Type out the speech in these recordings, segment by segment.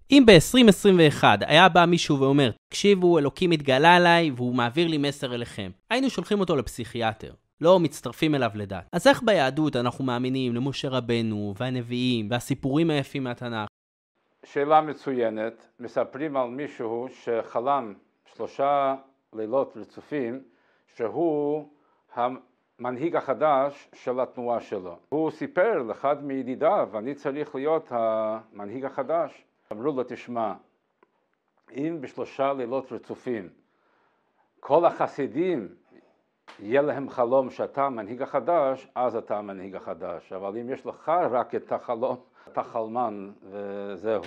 אם ב-2021 היה בא מישהו ואומר, תקשיבו, אלוקים התגלה עליי והוא מעביר לי מסר אליכם, היינו שולחים אותו לפסיכיאטר, לא מצטרפים אליו לדת. אז איך ביהדות אנחנו מאמינים למשה רבנו והנביאים והסיפורים היפים מהתנ"ך? שאלה מצוינת. מספרים על מישהו שחלם 3 לילות רצופים שהוא המנהיג החדש של התנועה שלו. הוא סיפר לאחד מידידיו, אני צריך להיות המנהיג החדש. אמרו לו, תשמע, אם ב3 לילות רצופים כל החסידים יהיה להם חלום שאתה המנהיג החדש, אז אתה המנהיג החדש. אבל אם יש לך רק את החלום, אתה חלמן וזהו.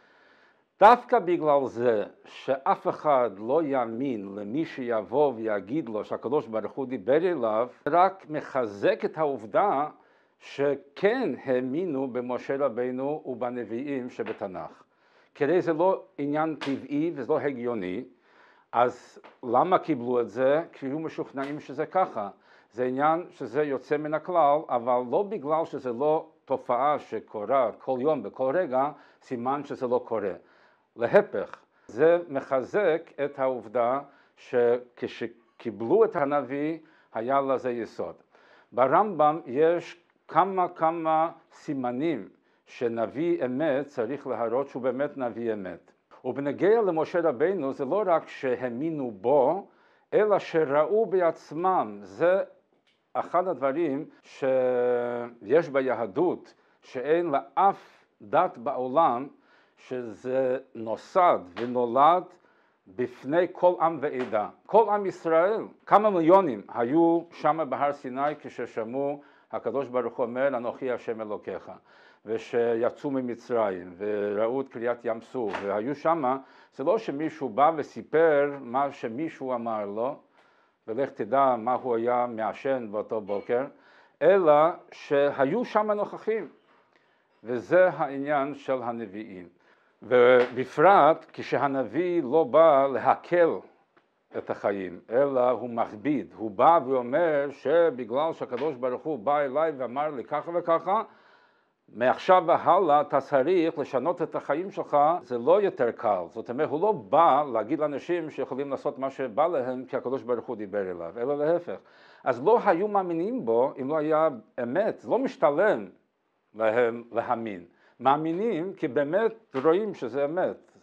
דווקא בגלל זה שאף אחד לא יאמין למי שיבוא ויגיד לו שהקדוש ברוך הוא דיבר אליו, רק מחזק את העובדה שכן האמינו במשה רבנו ובנביאים שבתנ"ך. כי זה לא עניין טבעי וזה לא הגיוני, אז למה קיבלו את זה? כי היו משוכנעים שזה ככה. זה עניין שזה יוצא מן הכלל, אבל לא בגלל שזה לא תופעה שקורה כל יום בכל רגע, סימן שזה לא קורה. להפך, זה מחזק את העובדה שכשקיבלו את הנביא היה לזה יסוד. ברמב"ם יש כמה סימנים שנביא אמת צריך להראות שהוא באמת נביא אמת. ובנגיע למשה רבנו זה לא רק שהאמינו בו, אלא שראו בעצמם. זה אחד הדברים שיש ביהדות שאין לאף דת בעולם, שזה נוסד ונולד בפני כל עם ועדה. כל עם ישראל, כמה מיליונים היו שם בהר סיני כששמעו הקדוש ברוך הוא אומר, אנוכי השם אלוקיך. ושיצאו ממצרים וראו את קריאת ים סוף והיו שם, זה לא שמישהו בא וסיפר מה שמישהו אמר לו, ולך תדע מה הוא היה מעשן באותו בוקר, אלא שהיו שם נוכחים. וזה העניין של הנביאים. ובפרט כשהנביא לא בא להקל את החיים, אלא הוא מכביד. הוא בא ואומר שבגלל שהקדוש ברוך הוא בא אליי ואמר לי ככה וככה, מעכשיו והלאה אתה צריך לשנות את החיים שלך, זה לא יותר קל. זאת אומרת, הוא לא בא להגיד לאנשים שיכולים לעשות מה שבא להם כי הקדוש ברוך הוא דיבר אליו, אלא להפך. אז לא היו מאמינים בו אם לא היה אמת, לא משתלם להם להאמין. מאמינים כי באמת רואים שזה אמת.